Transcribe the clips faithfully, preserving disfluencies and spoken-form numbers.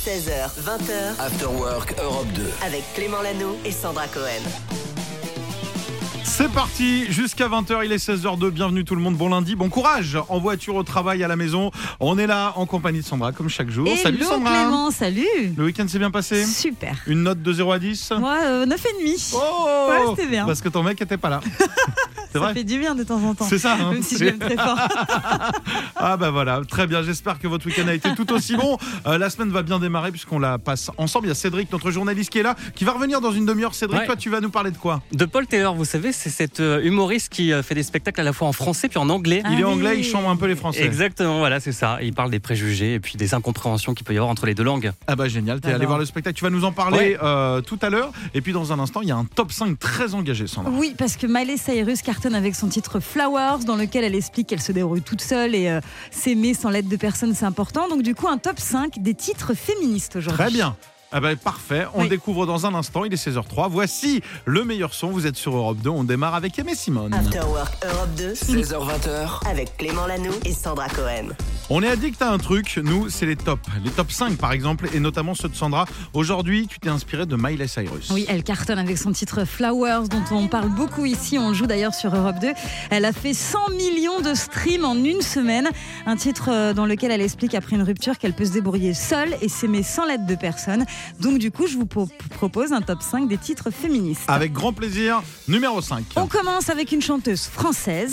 seize heures, vingt heures. After Work Europe deux. Avec Clément Lanoux et Sandra Cohen. C'est parti, jusqu'à vingt heures, il est seize heures deux, bienvenue tout le monde, bon lundi, bon courage en voiture, au travail, à la maison. On est là en compagnie de Sandra comme chaque jour. Hello, salut Sandra. Clément, salut. Le week-end s'est bien passé? Super. Une note de zéro à dix? Moi, euh, neuf virgule cinq. Oh, ouais, c'était bien. Parce que ton mec était pas là. C'est ça vrai, fait du bien de temps en temps. c'est ça hein. Même si je l'aime très fort. Ah bah voilà, très bien, j'espère que votre week-end a été tout aussi bon. euh, La semaine va bien démarrer puisqu'on la passe ensemble. Il y a Cédric, notre journaliste qui est là, qui va revenir dans une demi-heure. Cédric, Ouais. toi tu vas nous parler de quoi? De Paul Taylor, vous savez, c'est cet euh, humoriste qui euh, fait des spectacles à la fois en français puis en anglais. Ah Il est oui. anglais, il chante un peu les français. Exactement, voilà, c'est ça. Et il parle des préjugés et puis des incompréhensions qu'il peut y avoir entre les deux langues. Ah bah génial, t'es Alors. allé voir le spectacle, tu vas nous en parler Ouais. euh, tout à l'heure. Et puis dans un instant, il y a un top cinq très engagé, Sandra. Oui, parce que Miley Cyrus cartonne avec son titre Flowers, dans lequel elle explique qu'elle se débrouille toute seule et euh, s'aimer sans l'aide de personne, c'est important. Donc du coup, un top cinq des titres féministes aujourd'hui. Très bien. Ah bah parfait, on Oui. le découvre dans un instant, il est seize heures trois. Voici le meilleur son, vous êtes sur Europe deux, on démarre avec Aimé Simone. After Work Europe deux. seize heures vingt heures. Avec Clément Lanoux et Sandra Cohen. On est addict à un truc, nous c'est les tops. Les top cinq par exemple, et notamment ceux de Sandra. Aujourd'hui, tu t'es inspiré de Miley Cyrus. Oui, elle cartonne avec son titre Flowers, dont on parle beaucoup ici. On le joue d'ailleurs sur Europe deux. Elle a fait cent millions de streams en une semaine. Un titre euh, dans lequel elle explique après une rupture qu'elle peut se débrouiller seule et s'aimer sans l'aide de personne. Donc du coup, je vous pro- propose un top cinq des titres féministes. Avec grand plaisir, numéro cinq. On commence avec une chanteuse française.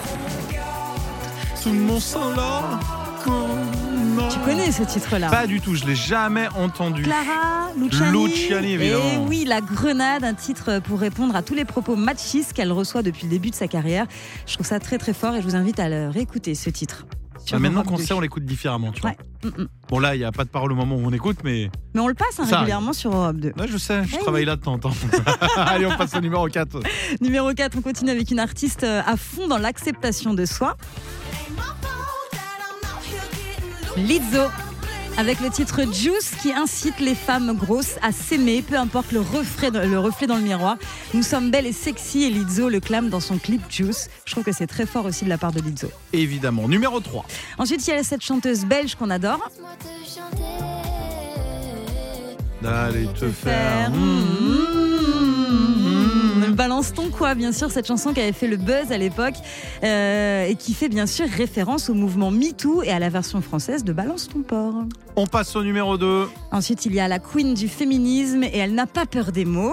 Sous mon soleil, Tu connais ce titre-là? Pas du tout, je l'ai jamais entendu. Clara Luciani. Luciani, évidemment. Et oui, La Grenade, un titre pour répondre à tous les propos machistes qu'elle reçoit depuis le début de sa carrière. Je trouve ça très très fort et je vous invite à le réécouter, ce titre. sur Ah, maintenant Europe qu'on deux. sait, on l'écoute différemment, tu vois. Ouais. Mm, mm. Bon là, il n'y a pas de parole au moment où on écoute, mais Mais on le passe hein, Ça régulièrement sur Europe deux. ouais, je sais, je Eh travaille oui. là de temps en temps. Allez, on passe au numéro quatre. Numéro quatre, on continue avec une artiste à fond dans l'acceptation de soi. Lizzo, avec le titre Juice, qui incite les femmes grosses à s'aimer, peu importe le reflet, le reflet dans le miroir. Nous sommes belles et sexy et Lizzo le clame dans son clip Juice. Je trouve que c'est très fort aussi de la part de Lizzo. Évidemment. Numéro trois. Ensuite, il y a cette chanteuse belge qu'on adore. D'aller te faire. Mmh. Balance ton quoi, bien sûr, cette chanson qui avait fait le buzz à l'époque euh, et qui fait bien sûr référence au mouvement MeToo et à la version française de Balance ton porc. On passe au numéro deux. Ensuite, il y a la queen du féminisme et elle n'a pas peur des mots.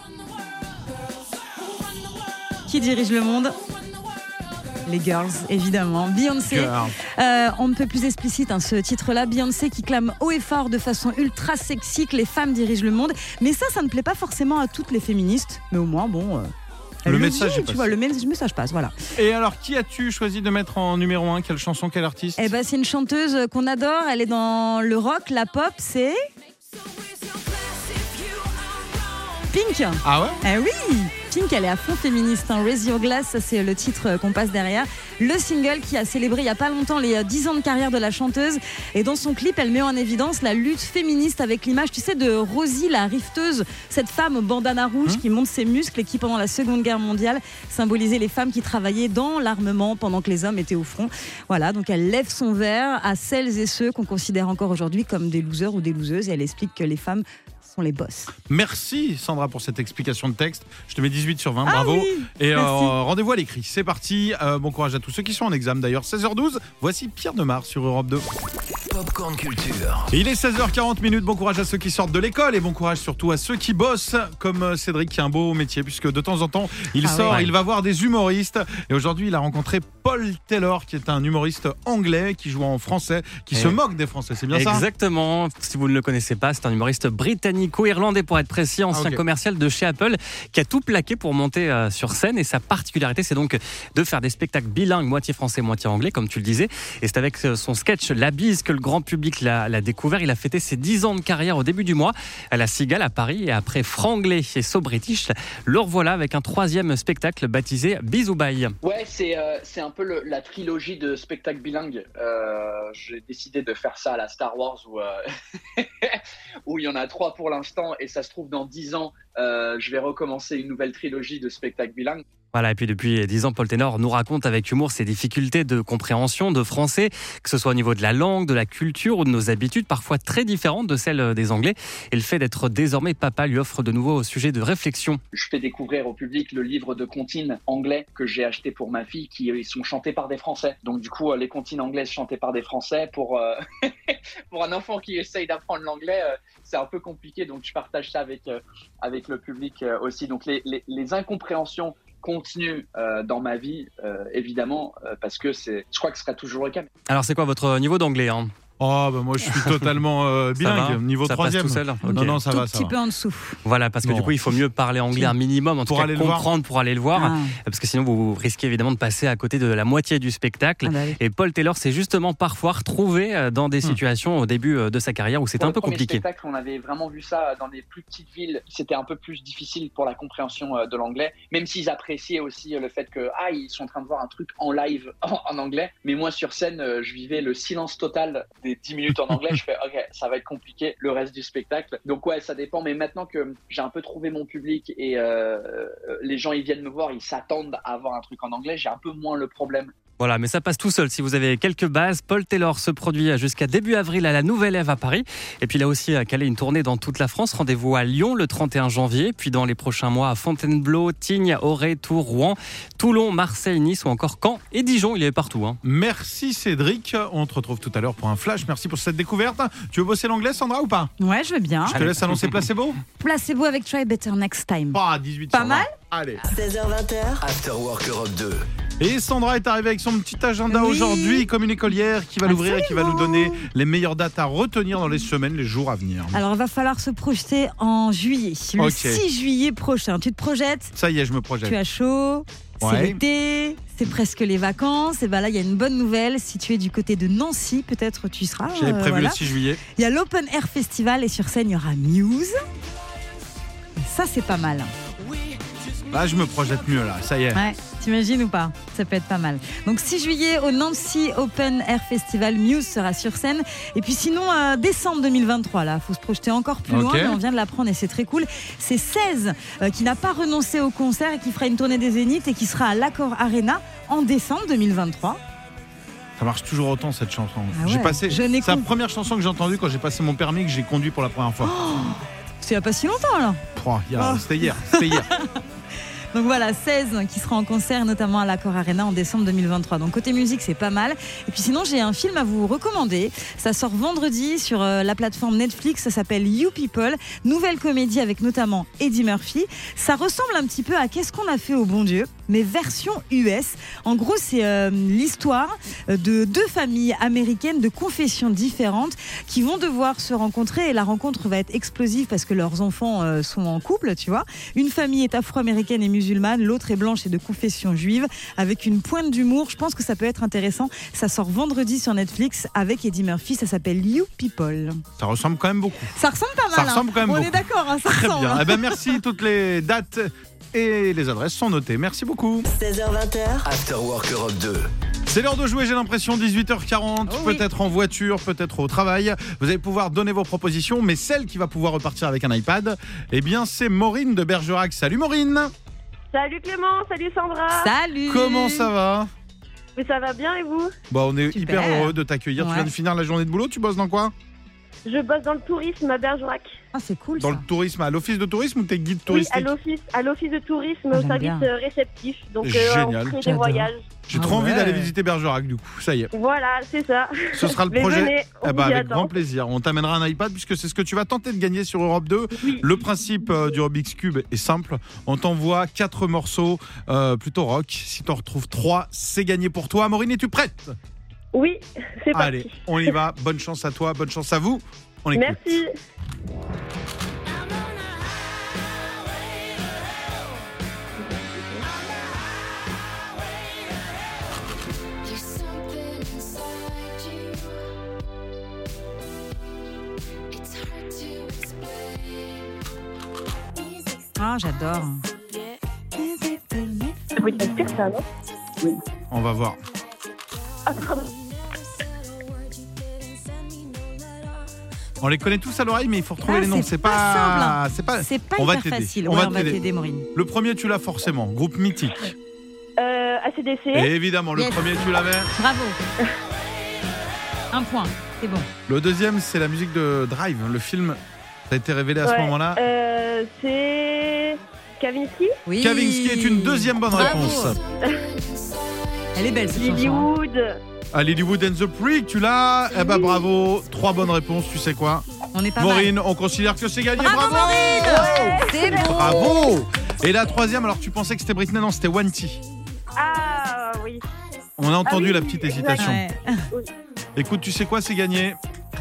Qui dirige le monde ? Les girls, évidemment. Beyoncé. Girl. Euh, on ne peut plus explicite hein, ce titre-là. Beyoncé qui clame haut et fort de façon ultra sexy que les femmes dirigent le monde. Mais ça, ça ne plaît pas forcément à toutes les féministes. Mais au moins, bon. Euh, elle Le le message dit, est tu passé. vois, le me- message passe, voilà. Et alors, qui as-tu choisi de mettre en numéro un? Quelle chanson, quel artiste? Eh ben, c'est une chanteuse qu'on adore. Elle est dans le rock, la pop. C'est Pink. Ah ouais? Eh oui, Pink, elle est à fond féministe. Hein. Raise Your Glass, ça c'est le titre qu'on passe derrière. Le single qui a célébré il n'y a pas longtemps les dix ans de carrière de la chanteuse. Et dans son clip, elle met en évidence la lutte féministe avec l'image, tu sais, de Rosie, la rifteuse, cette femme au bandana rouge Mmh. qui monte ses muscles et qui, pendant la Seconde Guerre mondiale, symbolisait les femmes qui travaillaient dans l'armement pendant que les hommes étaient au front. Voilà, donc elle lève son verre à celles et ceux qu'on considère encore aujourd'hui comme des losers ou des loseuses. Et elle explique que les femmes sont les boss. Merci Sandra pour cette explication de texte. Je te mets dix-huit sur vingt, Ah bravo. oui, Et euh, merci. rendez-vous à l'écrit. C'est parti. Euh, bon courage à tous ceux qui sont en examen d'ailleurs. seize heures douze, voici Pierre Demar sur Europe deux. Popcorn Culture. Et il est seize heures quarante minutes. Bon courage à ceux qui sortent de l'école et bon courage surtout à ceux qui bossent, comme Cédric qui a un beau métier, puisque de temps en temps il Ah sort, ouais. il va voir des humoristes. Et aujourd'hui, il a rencontré Paul Taylor, qui est un humoriste anglais qui joue en français, qui Et se moque des Français. C'est bien ça? Exactement. Si vous ne le connaissez pas, c'est un humoriste britannico-irlandais pour être précis, ancien Ah, ok. commercial de chez Apple, qui a tout plaqué pour monter euh, sur scène. Et sa particularité, c'est donc de faire des spectacles bilingues, moitié français, moitié anglais, comme tu le disais. Et c'est avec euh, son sketch La Bise que le grand public l'a, l'a découvert. Il a fêté ses dix ans de carrière au début du mois à la Cigale à Paris. Et après Franglais et So British, le revoilà avec un troisième spectacle baptisé Bisou Bye. Ouais, c'est euh, c'est un peu le- la trilogie de spectacles bilingues. Euh, j'ai décidé de faire ça à la Star Wars où euh, où il y en a trois pour l'instant et ça se trouve dans dix ans, euh, je vais recommencer une nouvelle trilogie de spectacles bilingues. Voilà, et puis depuis dix ans, Paul Ténor nous raconte avec humour ses difficultés de compréhension de français, que ce soit au niveau de la langue, de la culture ou de nos habitudes, parfois très différentes de celles des Anglais. Et le fait d'être désormais papa lui offre de nouveaux sujets de réflexion. Je fais découvrir au public le livre de comptines anglais que j'ai acheté pour ma fille, qui ils sont chantés par des Français. Donc du coup, les comptines anglaises chantées par des Français, pour, euh, pour un enfant qui essaye d'apprendre l'anglais, euh, c'est un peu compliqué. Donc je partage ça avec, euh, avec le public euh, aussi. Donc les, les, les incompréhensions continue euh, dans ma vie, euh, évidemment, euh, parce que c'est, je crois que ce sera toujours le cas. Alors, c'est quoi votre niveau d'anglais hein Oh, bah moi je suis totalement euh, bilingue, niveau ça troisième. Passe tout seul okay. Non, non, ça tout va, ça petit va. peu en dessous. Voilà, parce que bon. du coup, il faut mieux parler anglais un minimum, en pour tout cas aller comprendre le pour aller le voir, ah. parce que sinon vous risquez évidemment de passer à côté de la moitié du spectacle. Ah bah oui. Et Paul Taylor s'est justement parfois retrouvé dans des situations hmm. au début de sa carrière où c'était un peu compliqué. Pour le premier spectacle, on avait vraiment vu ça dans les plus petites villes. C'était un peu plus difficile pour la compréhension de l'anglais, même s'ils appréciaient aussi le fait que ah ils sont en train de voir un truc en live en, en anglais. Mais moi sur scène, je vivais le silence total des dix minutes en anglais. Je fais ok, ça va être compliqué le reste du spectacle. Donc ouais, ça dépend. Mais maintenant que j'ai un peu trouvé mon public et euh, les gens ils viennent me voir, ils s'attendent à avoir un truc en anglais, j'ai un peu moins le problème. Voilà, mais ça passe tout seul si vous avez quelques bases. Paul Taylor se produit jusqu'à début avril à la Nouvelle Ève à Paris. Et puis il a aussi calé une tournée dans toute la France. Rendez-vous à Lyon le trente et un janvier. Puis dans les prochains mois à Fontainebleau, Tignes, Auray, Tours, Rouen, Toulon, Marseille, Nice ou encore Caen et Dijon. Il est partout. Hein. Merci Cédric. On te retrouve tout à l'heure pour un flash. Merci pour cette découverte. Tu veux bosser l'anglais, Sandra, ou pas? Ouais, je veux bien. Je te laisse annoncer Placebo. Placebo avec Try Better Next Time. Pas dix-huit. Pas mal. Allez. seize heures vingt. After Work Europe deux. Et Sandra est arrivée avec son petit agenda oui. aujourd'hui, comme une écolière qui va l'ouvrir et qui va nous donner les meilleures dates à retenir dans les semaines, les jours à venir. Alors, il va falloir se projeter en juillet, le okay. six juillet prochain. Tu te projettes? Ça y est, je me projette. Tu as chaud, c'est ouais. l'été, c'est presque les vacances. Et bien là, il y a une bonne nouvelle. Si tu es du côté de Nancy, peut-être tu y seras. J'avais euh, prévu voilà. le six juillet. Il y a l'Open Air Festival et sur scène, il y aura Muse. Et ça, c'est pas mal. Là, je me projette mieux, là. Ça y est. Ouais, t'imagines ou pas? Ça peut être pas mal. Donc, six juillet, au Nancy Open Air Festival, Muse sera sur scène. Et puis sinon, euh, décembre deux mille vingt-trois, là, il faut se projeter encore plus loin. Okay. Mais on vient de l'apprendre et c'est très cool. C'est seize euh, qui n'a pas renoncé au concert et qui fera une tournée des Zéniths et qui sera à l'Accor Arena en décembre deux mille vingt-trois. Ça marche toujours autant, cette chanson. Ah ouais, j'ai passé... C'est la première chanson que j'ai entendue quand j'ai passé mon permis et que j'ai conduit pour la première fois. Oh, c'est il n'y a pas si longtemps, là. Oh, y a... oh. C'était hier. C'était hier. Donc voilà, seize qui sera en concert, notamment à l'Accor Arena en décembre deux mille vingt-trois. Donc côté musique, c'est pas mal. Et puis sinon, j'ai un film à vous recommander. Ça sort vendredi sur euh, la plateforme Netflix. Ça s'appelle You People. Nouvelle comédie avec notamment Eddie Murphy. Ça ressemble un petit peu à Qu'est-ce qu'on a fait au bon Dieu, mais version U S. En gros, c'est euh, l'histoire de deux familles américaines de confessions différentes qui vont devoir se rencontrer. Et la rencontre va être explosive parce que leurs enfants euh, sont en couple, tu vois. Une famille est afro-américaine et musulmane. L'autre est blanche et de confession juive avec une pointe d'humour. Je pense que ça peut être intéressant. Ça sort vendredi sur Netflix avec Eddie Murphy. Ça s'appelle You People. Ça ressemble quand même beaucoup. Ça ressemble pas mal. Ça ressemble quand même hein. beaucoup. On est d'accord. Hein, ça Très ressemble. bien. Eh ben merci. Toutes les dates et les adresses sont notées. Merci beaucoup. seize heures vingt. After Work Europe deux. C'est l'heure de jouer, j'ai l'impression, dix-huit heures quarante, oh oui. peut-être en voiture, peut-être au travail. Vous allez pouvoir donner vos propositions, mais celle qui va pouvoir repartir avec un iPad, eh bien, c'est Maureen de Bergerac. Salut Maureen. Salut Clément, salut Sandra. Salut. Comment ça va? Mais ça va bien et vous? Bon, on est Super. hyper heureux de t'accueillir. Ouais. Tu viens de finir la journée de boulot, tu bosses dans quoi? Je bosse dans le tourisme à Bergerac. Ah, c'est cool. Dans ça. le tourisme, à l'office de tourisme ou t'es guide touristique? Oui, à l'office, à l'office de tourisme ah, au service bien. réceptif. Donc, génial. Euh, on crée des voyages. J'ai ah trop ouais. envie d'aller visiter Bergerac, du coup. Ça y est. Voilà, c'est ça. Ce sera le Mais projet. venez, eh ben, avec attend. grand plaisir. On t'amènera un iPad puisque c'est ce que tu vas tenter de gagner sur Europe deux. Oui. Le principe euh, du Rubik's Cube est simple. On t'envoie quatre morceaux euh, plutôt rock. Si t'en retrouves trois, c'est gagné pour toi. Maureen, es-tu prête? Oui, c'est parti. Allez, on y va. Bonne chance à toi, bonne chance à vous. On écoute. Merci. Ah, j'adore. Oui, t'inspires ça, non? Oui. On va voir. Ah, pardon. On les connaît tous à l'oreille, mais il faut retrouver ah, les noms. C'est, c'est pas, pas simple. C'est pas. C'est pas on hyper va t'aider. facile. On ouais, va on t'aider. va t'aider, Maureen. Le premier, tu l'as forcément. Groupe mythique. Euh, A C D C. Et évidemment, le Yes. premier, tu l'avais. Bravo. Un point, c'est bon. Le deuxième, c'est la musique de Drive, le film. Ça a été révélé à ce Ouais. moment-là. Euh, c'est Kavinsky. Oui. Kavinsky est une deuxième bonne Bravo. réponse. Elle est belle cette chanson. hein. Lilywood. Ah, Lilywood and the Prick, tu l'as. Eh ben bravo, trois bonnes réponses, tu sais quoi. On est pas mal. Maureen, on considère que c'est gagné. Bravo, Maureen. C'est bon. Bravo. Et la troisième, alors tu pensais que c'était Britney, non, c'était Wanty. Ah oui. On a entendu Ah oui, la petite hésitation. Ouais. Écoute, tu sais quoi, c'est gagné.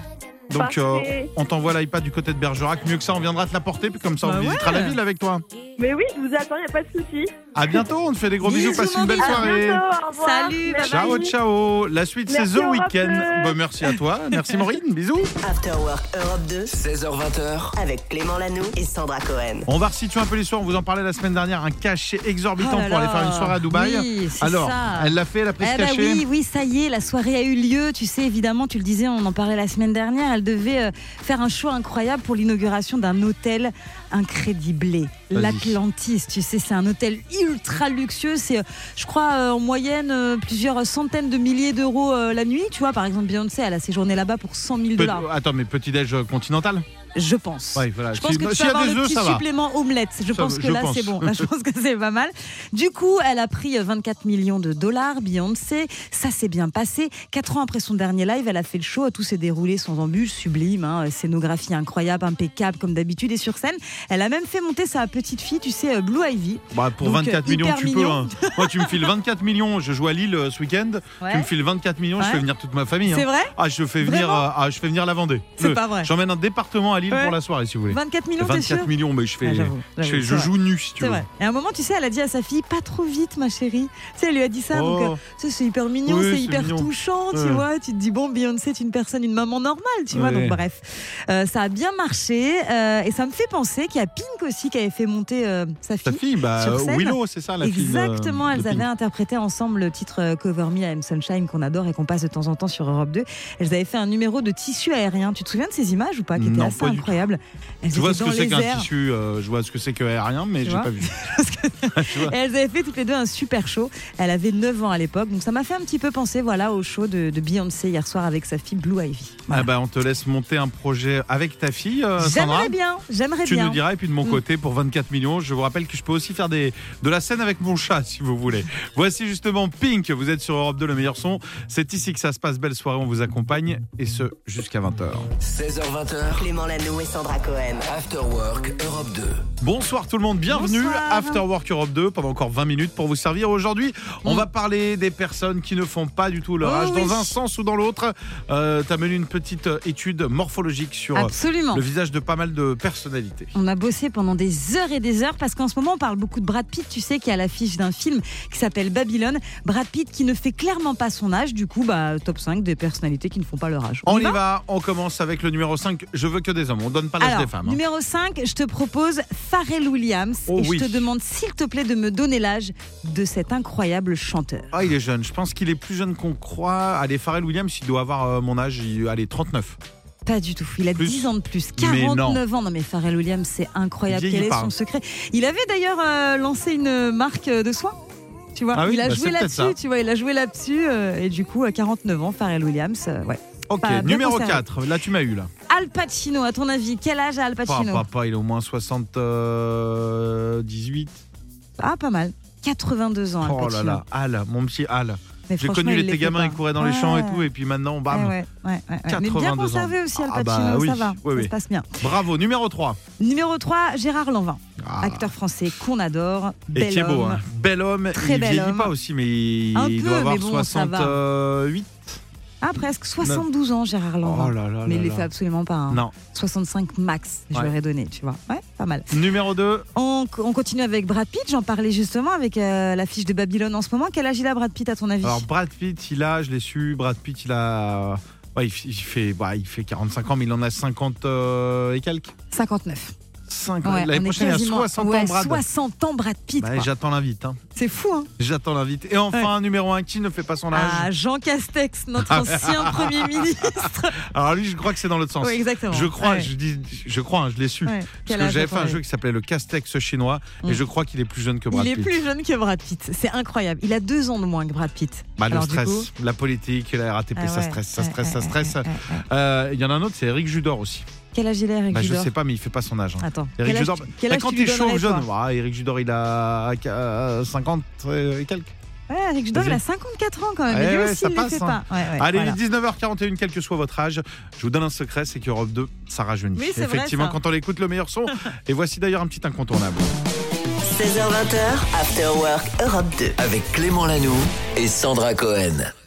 Donc euh, Parfait. on t'envoie l'iPad du côté de Bergerac. Mieux que ça, on viendra te l'apporter, puis comme ça, Bah on visitera ouais. la ville avec toi. Mais oui, je vous attends, il n'y a pas de souci. À bientôt, on te fait des gros bisous, Bisous, passe une belle Maurice. À soirée. bientôt, au revoir. Salut, bye Merci. Ciao, ciao. La suite, c'est Merci, The Europe Weeknd. deux. Bah, merci à toi. Merci Maureen. Bisous. After Work Europe deux seize heures vingt avec Clément Lanoux et Sandra Cohen. On va resituer un peu les soirs. On vous en parlait la semaine dernière. Un cachet exorbitant Oh là pour aller là. faire une soirée à Dubaï. Oui, c'est Alors, ça. elle l'a fait, elle a pris ce Eh ben cachet. oui, oui, ça y est, la soirée a eu lieu. Tu sais, évidemment, tu le disais, on en parlait la semaine dernière. Elle devait euh, faire un show incroyable pour l'inauguration d'un hôtel incrédible. Vas-y. L'Atlantis, tu sais, c'est un hôtel ultra luxueux. C'est, euh, je crois, euh, en moyenne, euh, plusieurs centaines de milliers d'euros euh, la nuit. Tu vois, par exemple, Beyoncé, elle a séjourné là-bas pour cent mille Pe- dollars. Attends, mais petit-déj continental. Je pense. Ouais, voilà. Je pense Si- que tu s'il peux y a avoir des le œufs, petit ça va. supplément omelette. Je Ça, pense que je là, pense. c'est bon. Là, je pense que c'est pas mal. Du coup, elle a pris vingt-quatre millions de dollars, Beyoncé. Ça s'est bien passé. Quatre ans après son dernier live, elle a fait le show. Tout s'est déroulé sans embûche, sublime. Hein. Scénographie incroyable, impeccable, comme d'habitude. Et sur scène, elle a même fait monter sa petite fille, tu sais, Blue Ivy. Bah, pour Donc, vingt-quatre euh, millions, hyper tu peux. mignon. Hein. Moi, tu me files vingt-quatre millions. Je joue à Lille euh, ce week-end. Ouais. Tu me files vingt-quatre millions. Je Ouais. fais venir toute ma famille. C'est hein. vrai Ah, je fais venir. Vraiment euh, ah, je fais venir la Vendée. C'est Le- pas vrai. J'emmène un département à Lille Ouais. pour la soirée, si vous voulez. vingt-quatre millions, t'es sûr vingt-quatre millions, mais je fais. Ah, j'avoue, je, j'avoue, fais- c'est je vrai. joue nu, si tu C'est veux. vrai. Et à un moment, tu sais, elle a dit à sa fille, pas trop vite, ma chérie. Tu sais, elle lui a dit ça. Oh. Donc, euh, tu sais, c'est hyper mignon, Oui, c'est c'est hyper mignon. touchant, tu Ouais. vois. Tu te dis, bon, Beyoncé est une personne, une maman normale, tu vois. Ouais. Donc, bref, Euh, ça a bien marché. euh, et ça me fait penser qu'il y a Pink aussi qui avait fait monter euh, sa fille. Ta fille, bah, Sur scène. Willow, c'est ça, la fille. de- Exactement, de elles Pink. avaient interprété ensemble le titre euh, Cover Me, I Am Sunshine qu'on adore et qu'on passe de temps en temps sur Europe deux. Elles avaient fait un numéro de tissu aérien. Tu te souviens de ces images ou pas, qui étaient Non, assez pas du tout. incroyables. Elles Je vois étaient ce que dans c'est les qu'un airs. tissu, euh, je vois ce que c'est que aérien, mais Tu j'ai vois pas vu. Tu vois. Et elles avaient fait toutes les deux un super show. Elle avait neuf ans à l'époque, donc ça m'a fait un petit peu penser voilà, au show de, de Beyoncé hier soir avec sa fille Blue Ivy. Voilà. Ah bah, on te laisse monter un projet avec ta fille, euh, Sandra. J'aimerais bien, j'aimerais Tu bien. nous diras, et puis de mon Mm. côté, pour vingt-quatre millions, je vous rappelle que je peux aussi faire des, de la scène avec mon chat, si vous voulez. Voici justement Pink, vous êtes sur Europe deux, le meilleur son. C'est ici que ça se passe, belle soirée, on vous accompagne, et ce, jusqu'à vingt heures. seize heures vingt, Clément Lanoux et Sandra Cohen. After Work Europe deux. Bonsoir tout le monde, bienvenue Bonsoir. After Work Europe deux, pendant encore vingt minutes pour vous servir. Aujourd'hui, on Mm. va parler des personnes qui ne font pas du tout leur Oh âge, oui. dans un sens ou dans l'autre. Euh, T'as mené une petite euh, étude morphologique sur euh, Absolument. le visage de pas mal de personnalités. On a bossé pendant des heures et des heures parce qu'en ce moment on parle beaucoup de Brad Pitt, tu sais, qui est à l'affiche d'un film qui s'appelle Babylone. Brad Pitt qui ne fait clairement pas son âge, du coup, bah, top cinq des personnalités qui ne font pas leur âge. On y va, on commence avec le numéro cinq. Je veux que des hommes, on donne pas l'âge Alors, des femmes. hein. numéro cinq, je te propose Pharrell Williams Oh et oui. je te demande s'il te plaît de me donner l'âge de cet incroyable chanteur. Ah, il est jeune, je pense qu'il est plus jeune qu'on croit. Allez, Pharrell Williams, il doit avoir euh, mon âge, il... allez, trente-neuf. Pas du tout, il a Plus. dix ans de plus, Mais non. quarante-neuf ans. Non mais Pharrell Williams, c'est incroyable, Il quel vieillit est pas, son hein. secret. Il avait d'ailleurs euh, lancé une marque de soins. Tu vois, Ah oui, il a bah, joué c'est peut-être ça. là-dessus, tu vois, il a joué là-dessus euh, et du coup à quarante-neuf ans, Pharrell Williams, euh, ouais. Ok, Pas bien numéro conservé. quatre, là tu m'as eu là. Al Pacino, à ton avis, quel âge a Al Pacino? Papa, papa, il est au moins soixante-dix-huit. Ah, pas mal. quatre-vingt-deux ans, Al Oh Pacino. là là, Al, mon petit Al. Mais J'ai franchement, connu il les les fait gamins, pas. ils couraient dans les champs et Ouais. tout, et puis maintenant, Ouais, bam. ouais, ouais, ouais, ouais. Mais bien quatre-vingt-deux conservé ans. aussi, Al Ah bah Pacino, oui, ça va, oui, ça oui. se passe bien. Bravo, numéro trois. Numéro trois, Gérard Lanvin, Ah. acteur français qu'on adore, Et bel qui est beau, homme. hein. Bel homme. Très il bel vieillit homme. pas aussi, mais il Un il peu, doit avoir mais bon, ça va. soixante-huit. Ah, presque, soixante-douze ans, Gérard Lanvin. Oh là là Mais là il les là. fait absolument pas. hein. Non. soixante-cinq max, je Ouais. leur ai donné, tu vois. Ouais, pas mal. Numéro deux. On, on continue avec Brad Pitt, j'en parlais justement avec euh, l'affiche de Babylone en ce moment. Quel âge il a, Brad Pitt, à ton avis? Alors Brad Pitt, il a, je l'ai su, Brad Pitt, il a, ouais, il, f- il fait, bah, il fait quarante-cinq ans, mais il en a cinquante euh, et quelques. cinquanteneuf. soixante-cinq. Ouais, L'année on est prochaine, il y a quasiment- soixante ouais, ans, Brad. soixante ans, Brad Pitt. Bah, quoi. j'attends l'invite. Hein. C'est fou, hein. J'attends l'invite. Et enfin, Ouais. un numéro un qui ne fait pas son âge. Ah, Jean Castex, notre ancien Premier ministre. Alors lui, je crois que c'est dans l'autre sens. Oui, exactement. Je crois, Ouais. je dis, je crois, hein, je l'ai su. Ouais. Parce Quel que âge, j'avais fait un attendez jeu qui s'appelait le Castex chinois Mm. et je crois qu'il est plus jeune que Brad Il est Pitt. plus jeune que Brad Pitt. C'est incroyable. Il a deux ans de moins que Brad Pitt. Bah, le Alors, du stress, coup- la politique, la R A T P, Ah ça ouais, stresse, ça ouais, stresse, ouais, ça ouais, stresse. ouais, ouais, ouais. Euh, Il y en a un autre, c'est Eric Judor aussi. Quel âge il est, Eric Bah, je Judor sais pas, mais il fait pas son âge. hein. Attends. Eric quel âge, Judor, quel bah, âge quand tu t'es lui chaud donnerais, jeune, toi bah, Eric Judor, il a euh, cinquante et quelques. Ouais, Eric Judor, Vas-y. il a cinquante-quatre ans quand même. Ouais, mais lui ouais, aussi, ça il ne passe, le fait hein. pas. Ouais, ouais, Allez, voilà. il est dix-neuf heures quarante et une, quel que soit votre âge. Je vous donne un secret, c'est qu'Europe deux, ça rajeunit. Oui, c'est vrai, Effectivement, ça. quand on écoute le meilleur son. Et voici d'ailleurs un petit incontournable. seize heures vingt, After Work Europe deux. Avec Clément Lanoux et Sandra Cohen.